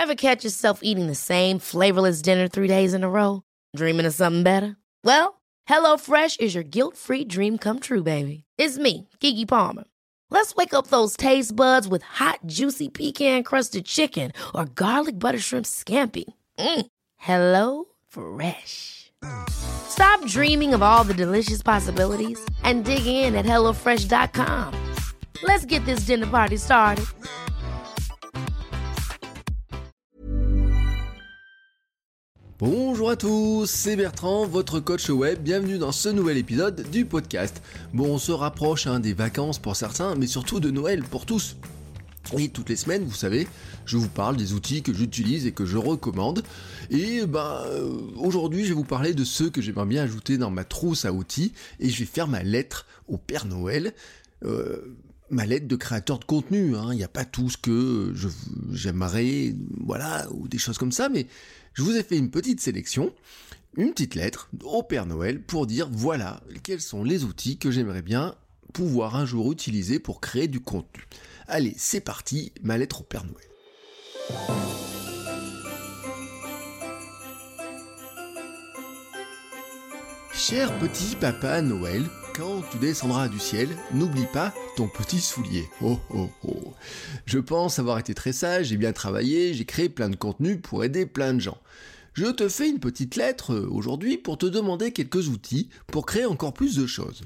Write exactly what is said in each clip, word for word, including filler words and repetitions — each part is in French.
Ever catch yourself eating the same flavorless dinner three days in a row? Dreaming of something better? Well, HelloFresh is your guilt-free dream come true, baby. It's me, Keke Palmer. Let's wake up those taste buds with hot, juicy pecan-crusted chicken or garlic butter shrimp scampi. Mm. Hello Fresh. Stop dreaming of all the delicious possibilities and dig in at hello fresh dot com. Let's get this dinner party started. Bonjour à tous, c'est Bertrand, votre coach web, bienvenue dans ce nouvel épisode du podcast. Bon, on se rapproche hein, des vacances pour certains, mais surtout de Noël pour tous. Et toutes les semaines, vous savez, je vous parle des outils que j'utilise et que je recommande. Et ben, euh, aujourd'hui, je vais vous parler de ceux que j'aimerais bien ajouter dans ma trousse à outils. Et je vais faire ma lettre au Père Noël. Euh, ma lettre de créateur de contenu. Hein. Il n'y a pas tout ce que je, j'aimerais, voilà, ou des choses comme ça. Mais je vous ai fait une petite sélection, une petite lettre au Père Noël pour dire, voilà, quels sont les outils que j'aimerais bien pouvoir un jour utiliser pour créer du contenu. Allez, c'est parti, ma lettre au Père Noël. Cher petit papa Noël, quand tu descendras du ciel, n'oublie pas ton petit soulier. Oh oh oh. Je pense avoir été très sage, j'ai bien travaillé, j'ai créé plein de contenu pour aider plein de gens. Je te fais une petite lettre aujourd'hui pour te demander quelques outils pour créer encore plus de choses.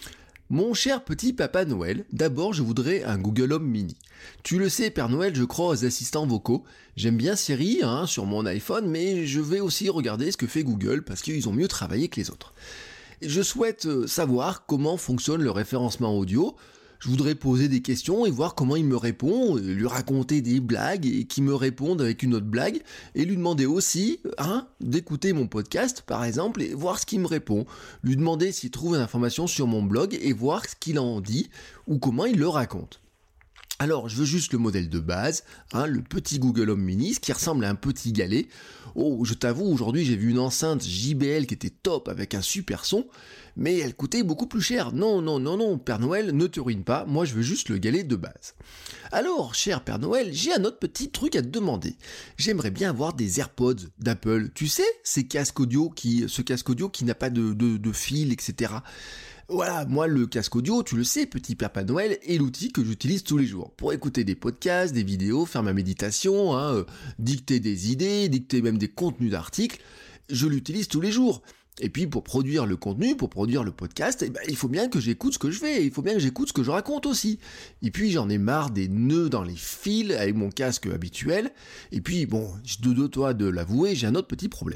Mon cher petit papa Noël, d'abord je voudrais un Google Home Mini. Tu le sais, Père Noël, je crois aux assistants vocaux. J'aime bien Siri hein, sur mon iPhone, mais je vais aussi regarder ce que fait Google parce qu'ils ont mieux travaillé que les autres. Je souhaite savoir comment fonctionne le référencement audio. Je voudrais poser des questions et voir comment il me répond, lui raconter des blagues et qu'il me réponde avec une autre blague, et lui demander aussi hein, d'écouter mon podcast par exemple et voir ce qu'il me répond. Lui demander s'il trouve une information sur mon blog et voir ce qu'il en dit ou comment il le raconte. Alors, je veux juste le modèle de base, hein, le petit Google Home Mini, ce qui ressemble à un petit galet. Oh, je t'avoue, aujourd'hui, j'ai vu une enceinte J B L qui était top avec un super son, mais elle coûtait beaucoup plus cher. Non, non, non, non, Père Noël, ne te ruine pas, moi je veux juste le galet de base. Alors, cher Père Noël, j'ai un autre petit truc à te demander. J'aimerais bien avoir des AirPods d'Apple. Tu sais, ces casques audio qui, ce casque audio qui n'a pas de, de, de fil, et cetera. Voilà, moi le casque audio, tu le sais, petit Papa Noël, est l'outil que j'utilise tous les jours pour écouter des podcasts, des vidéos, faire ma méditation, hein, euh, dicter des idées, dicter même des contenus d'articles. Je l'utilise tous les jours. Et puis pour produire le contenu, pour produire le podcast, eh ben, il faut bien que j'écoute ce que je fais, il faut bien que j'écoute ce que je raconte aussi. Et puis j'en ai marre des nœuds dans les fils avec mon casque habituel. Et puis bon, je dois de l'avouer, j'ai un autre petit problème.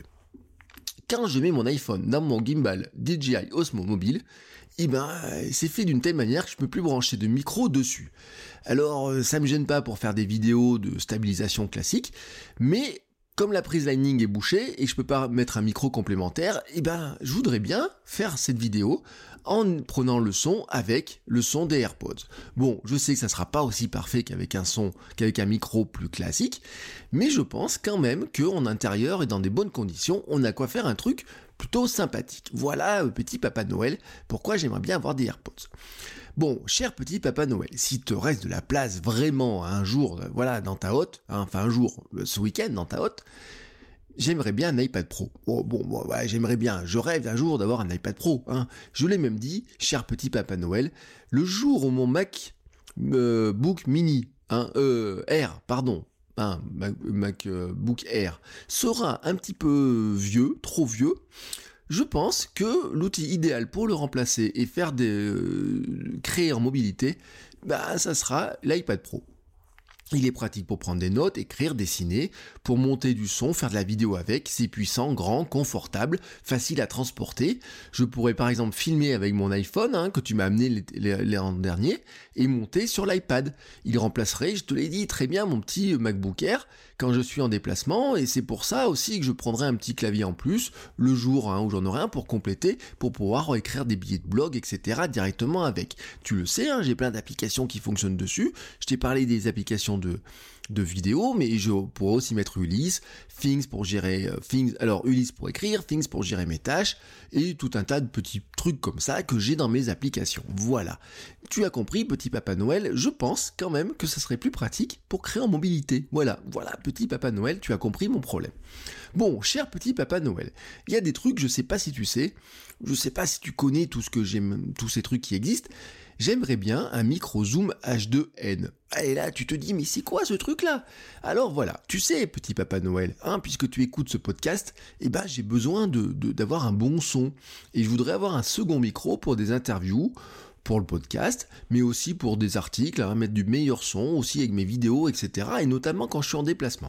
Quand je mets mon iPhone dans mon gimbal D J I Osmo Mobile, eh ben, c'est fait d'une telle manière que je ne peux plus brancher de micro dessus. Alors, ça me gêne pas pour faire des vidéos de stabilisation classique, mais comme la prise Lightning est bouchée et je peux pas mettre un micro complémentaire, eh ben, je voudrais bien faire cette vidéo en prenant le son avec le son des AirPods. Bon, je sais que ça sera pas aussi parfait qu'avec un son, qu'avec un micro plus classique, mais je pense quand même qu'en intérieur et dans des bonnes conditions, on a quoi faire un truc plutôt sympathique. Voilà, petit Papa Noël, pourquoi j'aimerais bien avoir des AirPods. Bon, cher petit Papa Noël, s'il te reste de la place vraiment un jour, voilà, dans ta hotte, hein, enfin un jour, ce week-end dans ta hotte, j'aimerais bien un iPad Pro. Oh, bon, bon ouais, j'aimerais bien, je rêve un jour d'avoir un iPad Pro. Hein. Je l'ai même dit, cher petit Papa Noël, le jour où mon Mac euh, Book Mini, hein, euh, Air, pardon, hein, MacBook Air, sera un petit peu vieux, trop vieux, je pense que l'outil idéal pour le remplacer et faire des euh, créer en mobilité, bah ça sera l'iPad Pro. Il est pratique pour prendre des notes, écrire, dessiner, pour monter du son, faire de la vidéo avec, c'est puissant, grand, confortable, facile à transporter. Je pourrais par exemple filmer avec mon iPhone, hein, que tu m'as amené l'an dernier, et monter sur l'iPad. Il remplacerait, je te l'ai dit très bien, mon petit MacBook Air quand je suis en déplacement, et c'est pour ça aussi que je prendrai un petit clavier en plus, le jour hein, où j'en aurai un pour compléter, pour pouvoir écrire des billets de blog, et cetera directement avec. Tu le sais, hein, j'ai plein d'applications qui fonctionnent dessus. Je t'ai parlé des applications de, de vidéos, mais je pourrais aussi mettre Ulysse, Things pour gérer euh, Things, alors Ulysse pour écrire, Things pour gérer mes tâches, et tout un tas de petits trucs comme ça que j'ai dans mes applications. Voilà. Tu as compris, petit Papa Noël, je pense quand même que ça serait plus pratique pour créer en mobilité. Voilà, voilà, petit Papa Noël, tu as compris mon problème. Bon, cher petit Papa Noël, il y a des trucs, je sais pas si tu sais, je sais pas si tu connais tout ce que j'aime, tous ces trucs qui existent. J'aimerais bien un micro zoom H deux N. Et là, tu te dis, mais c'est quoi ce truc-là? Alors voilà, tu sais, petit Papa Noël, hein, puisque tu écoutes ce podcast, eh ben, j'ai besoin de, de, d'avoir un bon son. Et je voudrais avoir un second micro pour des interviews, pour le podcast, mais aussi pour des articles, hein, mettre du meilleur son, aussi avec mes vidéos, et cetera. Et notamment quand je suis en déplacement.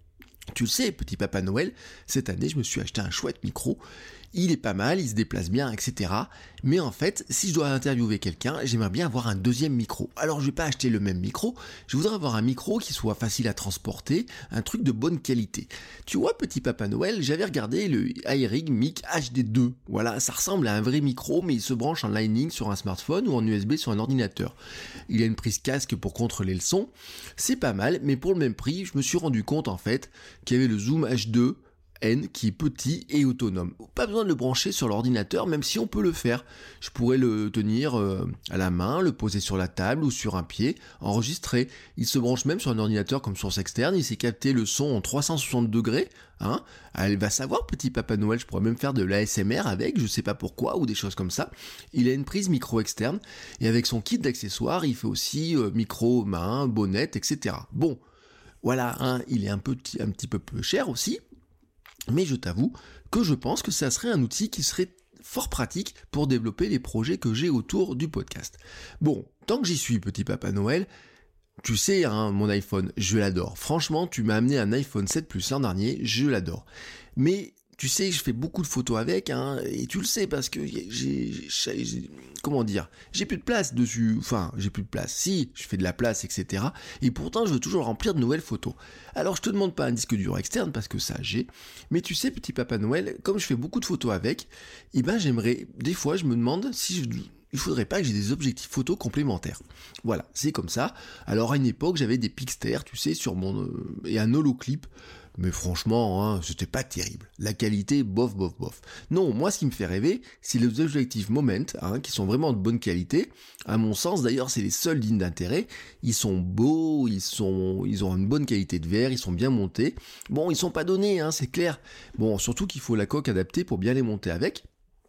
Tu le sais, petit Papa Noël, cette année, je me suis acheté un chouette micro. Il est pas mal, il se déplace bien, et cetera. Mais en fait, si je dois interviewer quelqu'un, j'aimerais bien avoir un deuxième micro. Alors, je vais pas acheter le même micro, je voudrais avoir un micro qui soit facile à transporter, un truc de bonne qualité. Tu vois, petit Papa Noël, j'avais regardé le iRig Mic H D deux. Voilà, ça ressemble à un vrai micro, mais il se branche en Lightning sur un smartphone ou en U S B sur un ordinateur. Il a une prise casque pour contrôler le son. C'est pas mal, mais pour le même prix, je me suis rendu compte, en fait, qu'il y avait le Zoom H deux N qui est petit et autonome. Pas besoin de le brancher sur l'ordinateur, même si on peut le faire. Je pourrais le tenir euh, à la main, le poser sur la table ou sur un pied, enregistrer. Il se branche même sur un ordinateur comme source externe, il sait capter le son en trois cent soixante degrés. Hein. Elle va savoir, petit Papa Noël, je pourrais même faire de l'A S M R avec, je sais pas pourquoi, ou des choses comme ça. Il a une prise micro externe, et avec son kit d'accessoires, il fait aussi euh, micro, main, bonnette, et cetera. Bon, voilà, hein, il est un, peu, un petit peu peu cher aussi. Mais je t'avoue que je pense que ça serait un outil qui serait fort pratique pour développer les projets que j'ai autour du podcast. Bon, tant que j'y suis, petit Papa Noël, tu sais, hein, mon iPhone, je l'adore. Franchement, tu m'as amené un iPhone sept Plus l'an dernier, je l'adore. Mais tu sais, je fais beaucoup de photos avec, hein, et tu le sais parce que j'ai, j'ai, j'ai comment dire, j'ai plus de place dessus, enfin, j'ai plus de place, si, je fais de la place, et cetera. Et pourtant, je veux toujours remplir de nouvelles photos. Alors, je te demande pas un disque dur externe, parce que ça, j'ai, mais tu sais, petit Papa Noël, comme je fais beaucoup de photos avec, eh ben, j'aimerais, des fois, je me demande si je... il faudrait pas que j'ai des objectifs photos complémentaires. Voilà, c'est comme ça. Alors, à une époque, j'avais des Pixter, tu sais, sur mon... Euh, et un holoclip. Mais franchement, hein, c'était pas terrible. La qualité, bof, bof, bof. Non, moi, ce qui me fait rêver, c'est les objectifs Moment, hein, qui sont vraiment de bonne qualité. À mon sens, d'ailleurs, c'est les seuls dignes d'intérêt. Ils sont beaux, ils sont, ils ont une bonne qualité de verre, ils sont bien montés. Bon, ils sont pas donnés, hein, c'est clair. Bon, surtout qu'il faut la coque adaptée pour bien les monter avec.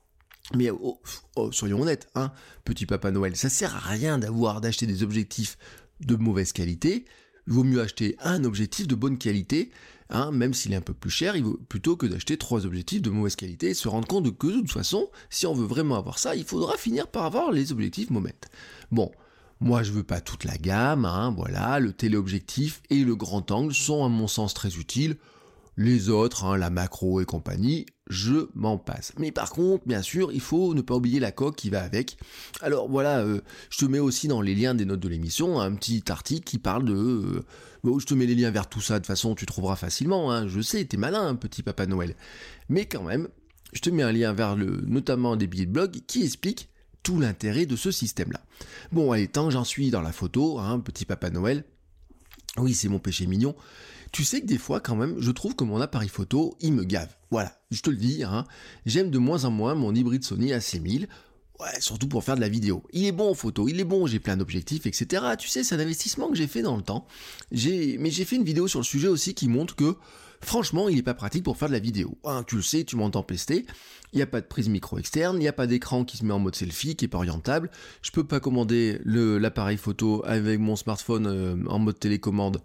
Mais oh, oh, soyons honnêtes, hein, petit Papa Noël, ça sert à rien d'avoir d'acheter des objectifs de mauvaise qualité. Il vaut mieux acheter un objectif de bonne qualité, hein, même s'il est un peu plus cher, il vaut, plutôt que d'acheter trois objectifs de mauvaise qualité et se rendre compte que de toute façon, si on veut vraiment avoir ça, il faudra finir par avoir les objectifs Moment. Bon, moi je veux pas toute la gamme, hein, voilà, le téléobjectif et le grand angle sont à mon sens très utiles. Les autres, hein, la macro et compagnie, je m'en passe. Mais par contre, bien sûr, il faut ne pas oublier la coque qui va avec. Alors voilà, euh, je te mets aussi dans les liens des notes de l'émission un petit article qui parle de... Euh, bon, je te mets les liens vers tout ça, de toute façon tu trouveras facilement, hein, je sais, t'es malin, hein, petit Papa Noël. Mais quand même, je te mets un lien vers le, notamment des billets de blog qui expliquent tout l'intérêt de ce système-là. Bon, allez, tant que j'en suis dans la photo, hein, petit Papa Noël, oui, c'est mon péché mignon. Tu sais que des fois, quand même, je trouve que mon appareil photo, il me gave. Voilà, je te le dis, hein. J'aime de moins en moins mon hybride Sony A six mille. Ouais, surtout pour faire de la vidéo. Il est bon en photo, il est bon, j'ai plein d'objectifs, et cetera. Tu sais, c'est un investissement que j'ai fait dans le temps. J'ai... Mais j'ai fait une vidéo sur le sujet aussi qui montre que, franchement, il est pas pratique pour faire de la vidéo. Hein, tu le sais, tu m'entends pester. Il n'y a pas de prise micro externe, il n'y a pas d'écran qui se met en mode selfie, qui est pas orientable. Je peux pas commander le, l'appareil photo avec mon smartphone euh, en mode télécommande.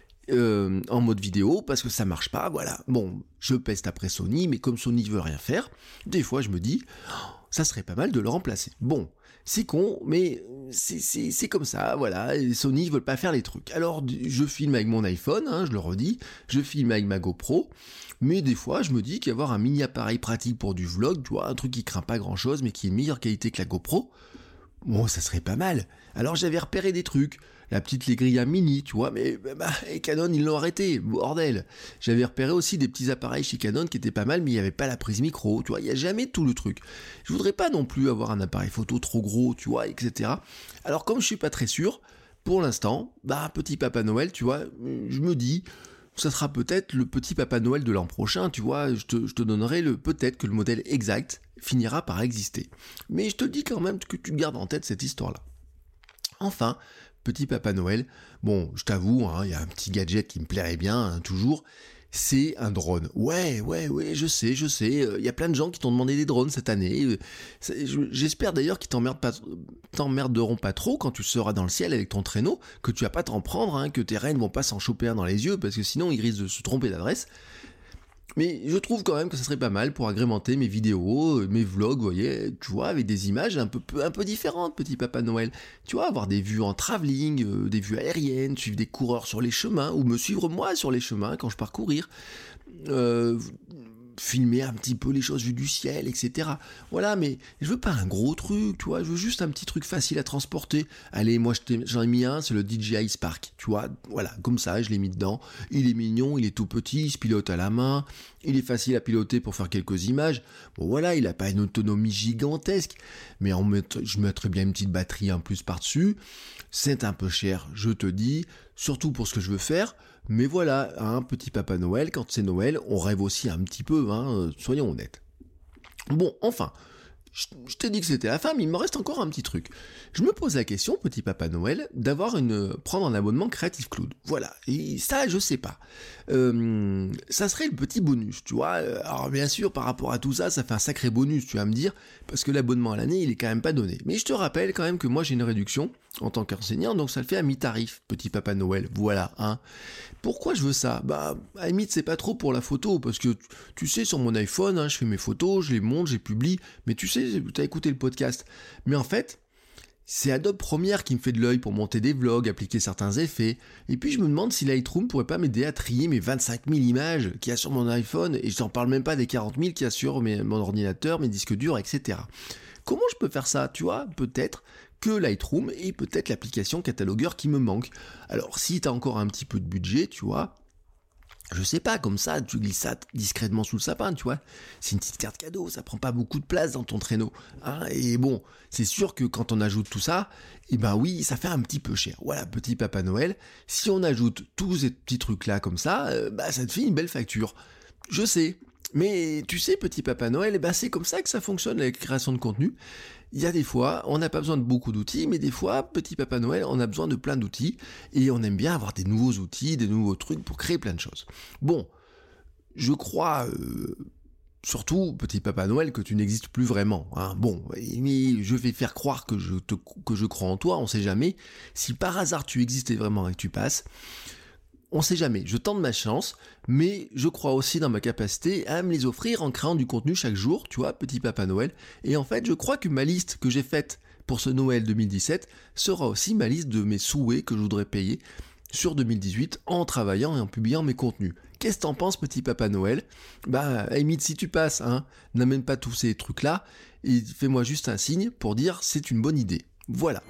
Euh, en mode vidéo parce que ça marche pas, voilà. Bon, je peste après Sony, mais comme Sony veut rien faire, des fois je me dis, oh, ça serait pas mal de le remplacer. Bon, c'est con, mais c'est, c'est, c'est comme ça, voilà. Et Sony ils veulent pas faire les trucs. Alors je filme avec mon iPhone, hein, je le redis, je filme avec ma GoPro, mais des fois je me dis qu'avoir un mini appareil pratique pour du vlog, tu vois, un truc qui craint pas grand chose, mais qui est de meilleure qualité que la GoPro, bon, ça serait pas mal. Alors j'avais repéré des trucs. La petite Legria Mini, tu vois, mais bah, et Canon, ils l'ont arrêté, bordel. J'avais repéré aussi des petits appareils chez Canon qui étaient pas mal, mais il n'y avait pas la prise micro, tu vois, il n'y a jamais tout le truc. Je voudrais pas non plus avoir un appareil photo trop gros, tu vois, et cetera. Alors comme je suis pas très sûr, pour l'instant, bah petit Papa Noël, tu vois, je me dis, ça sera peut-être le petit Papa Noël de l'an prochain, tu vois, je te, je te donnerai le peut-être que le modèle exact finira par exister. Mais je te dis quand même que tu gardes en tête cette histoire-là. Enfin, petit Papa Noël, bon, je t'avoue, hein, il y a un petit gadget qui me plairait bien, hein, toujours, c'est un drone. Ouais, ouais, ouais, je sais, je sais, il euh, y a plein de gens qui t'ont demandé des drones cette année. Euh, j'espère d'ailleurs qu'ils t'emmerdent pas, t'emmerderont pas trop quand tu seras dans le ciel avec ton traîneau, que tu vas pas t'en prendre, hein, que tes rennes vont pas s'en choper un dans les yeux, parce que sinon ils risquent de se tromper d'adresse. Mais je trouve quand même que ça serait pas mal pour agrémenter mes vidéos, mes vlogs, vous voyez, tu vois, avec des images un peu, un peu différentes, petit Papa Noël. Tu vois, avoir des vues en travelling, euh, des vues aériennes, suivre des coureurs sur les chemins, ou me suivre moi sur les chemins quand je pars courir. Euh, filmer un petit peu les choses vues du ciel, et cetera. Voilà, mais je veux pas un gros truc, tu vois, je veux juste un petit truc facile à transporter. Allez, moi j'en ai mis un, c'est le D J I Spark, tu vois, voilà, comme ça, je l'ai mis dedans. Il est mignon, il est tout petit, il se pilote à la main, il est facile à piloter pour faire quelques images. Bon voilà, il a pas une autonomie gigantesque, mais en met, je mettrais bien une petite batterie en plus par-dessus. C'est un peu cher, je te dis, surtout pour ce que je veux faire. Mais voilà, un petit Papa Noël, quand c'est Noël, on rêve aussi un petit peu, hein, soyons honnêtes. Bon, enfin, je, je t'ai dit que c'était la fin, mais il me reste encore un petit truc. Je me pose la question, petit Papa Noël, d'avoir une, prendre un abonnement Creative Cloud. Voilà, et ça, je sais pas. Euh, ça serait le petit bonus, tu vois. Alors bien sûr, par rapport à tout ça, ça fait un sacré bonus, tu vas me dire, parce que l'abonnement à l'année, il est quand même pas donné. Mais je te rappelle quand même que moi, j'ai une réduction en tant qu'enseignant, donc ça le fait à mi-tarif, petit Papa Noël, voilà, hein. Pourquoi je veux ça? Bah, à la limite, c'est pas trop pour la photo, parce que, tu sais, sur mon iPhone, hein, je fais mes photos, je les monte, je les publie, mais tu sais, t'as écouté le podcast. Mais en fait, c'est Adobe Premiere qui me fait de l'œil pour monter des vlogs, appliquer certains effets, et puis je me demande si Lightroom pourrait pas m'aider à trier mes vingt-cinq mille images qu'il y a sur mon iPhone, et je t'en parle même pas des quarante mille qu'il y a sur mes, mon ordinateur, mes disques durs, et cetera. Comment je peux faire ça? Tu vois, peut-être que Lightroom et peut-être l'application catalogueur qui me manque. Alors, si t'as encore un petit peu de budget, tu vois, je sais pas, comme ça, tu glisses ça discrètement sous le sapin, tu vois. C'est une petite carte cadeau, ça prend pas beaucoup de place dans ton traîneau. Hein, et bon, c'est sûr que quand on ajoute tout ça, eh ben oui, ça fait un petit peu cher. Voilà, petit Papa Noël, si on ajoute tous ces petits trucs-là comme ça, euh, bah ça te fait une belle facture. Je sais. Mais tu sais, petit Papa Noël, eh ben c'est comme ça que ça fonctionne la création de contenu. Il y a des fois, on n'a pas besoin de beaucoup d'outils, mais des fois, petit Papa Noël, on a besoin de plein d'outils, et on aime bien avoir des nouveaux outils, des nouveaux trucs pour créer plein de choses. Bon, je crois, euh, surtout, petit Papa Noël, que tu n'existes plus vraiment. Hein. Bon, mais je vais faire croire que je, te, que je crois en toi, on sait jamais. Si par hasard tu existais vraiment et que tu passes, on sait jamais, je tente ma chance, mais je crois aussi dans ma capacité à me les offrir en créant du contenu chaque jour, tu vois, petit Papa Noël. Et en fait, je crois que ma liste que j'ai faite pour ce Noël deux mille dix-sept sera aussi ma liste de mes souhaits que je voudrais payer sur deux mille dix-huit en travaillant et en publiant mes contenus. Qu'est-ce que t'en penses, petit Papa Noël? Bah, à limite, si tu passes, hein, n'amène pas tous ces trucs-là, et fais-moi juste un signe pour dire c'est une bonne idée. Voilà.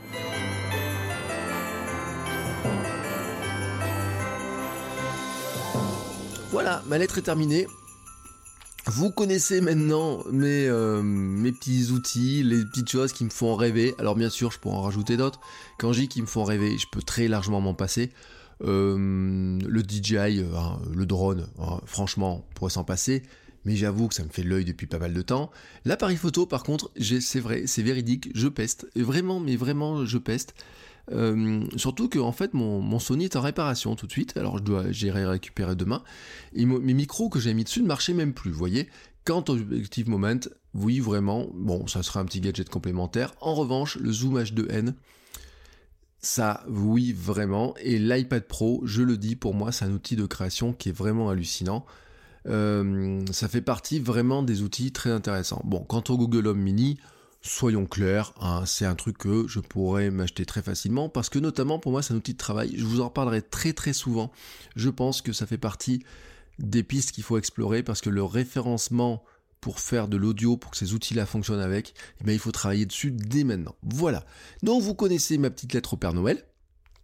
Voilà, ma lettre est terminée. Vous connaissez maintenant mes, euh, mes petits outils, les petites choses qui me font rêver. Alors bien sûr, je pourrais en rajouter d'autres. Quand je dis qu'ils me font rêver, je peux très largement m'en passer. Euh, le D J I, hein, le drone, hein, franchement, on pourrait s'en passer. Mais j'avoue que ça me fait l'œil depuis pas mal de temps. L'appareil photo, par contre, j'ai, c'est vrai, c'est véridique, je peste. Et vraiment, mais vraiment, je peste. Euh, surtout que en fait mon, mon Sony est en réparation tout de suite, alors je dois j'irai récupérer demain, et mo- mes micros que j'ai mis dessus ne marchaient même plus, vous voyez. Quant au Objective Moment, oui vraiment, bon ça sera un petit gadget complémentaire. En revanche, le Zoom H deux N, ça oui vraiment, et l'iPad Pro, je le dis, pour moi c'est un outil de création qui est vraiment hallucinant. Euh, ça fait partie vraiment des outils très intéressants. Bon, quant au Google Home Mini, soyons clairs, hein, c'est un truc que je pourrais m'acheter très facilement, parce que notamment pour moi c'est un outil de travail, je vous en reparlerai très très souvent. Je pense que ça fait partie des pistes qu'il faut explorer, parce que le référencement pour faire de l'audio, pour que ces outils-là fonctionnent avec, eh bien, il faut travailler dessus dès maintenant. Voilà, donc vous connaissez ma petite lettre au Père Noël.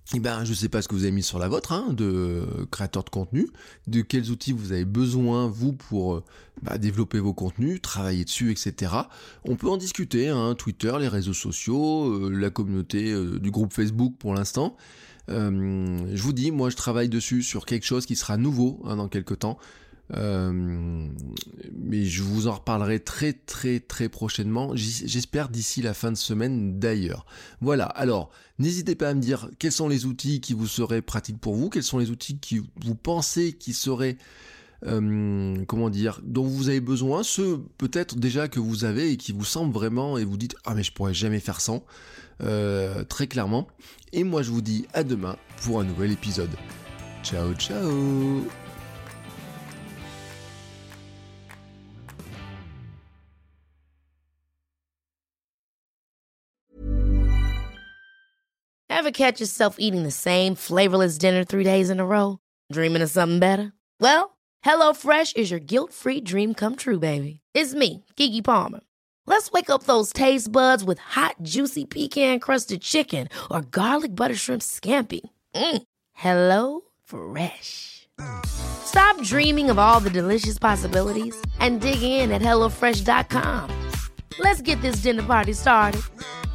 Eh ben, je ne sais pas ce que vous avez mis sur la vôtre, hein, de créateur de contenu, de quels outils vous avez besoin, vous, pour bah, développer vos contenus, travailler dessus, et cetera. On peut en discuter, hein, Twitter, les réseaux sociaux, euh, la communauté euh, du groupe Facebook pour l'instant. Euh, je vous dis, moi, je travaille dessus sur quelque chose qui sera nouveau hein, dans quelques temps. Euh, mais je vous en reparlerai très très très prochainement, j'espère d'ici la fin de semaine d'ailleurs. Voilà, alors n'hésitez pas à me dire quels sont les outils qui vous seraient pratiques pour vous, quels sont les outils qui vous pensez qui seraient euh, comment dire, dont vous avez besoin, ceux peut-être déjà que vous avez et qui vous semblent vraiment et vous dites ah mais je pourrais jamais faire sans, euh, très clairement. Et moi je vous dis à demain pour un nouvel épisode. Ciao ciao. Ever catch yourself eating the same flavorless dinner three days in a row? Dreaming of something better? Well, HelloFresh is your guilt-free dream come true, baby. It's me, Keke Palmer. Let's wake up those taste buds with hot, juicy pecan-crusted chicken or garlic butter shrimp scampi. Mm. Hello Fresh. Stop dreaming of all the delicious possibilities and dig in at hello fresh dot com. Let's get this dinner party started.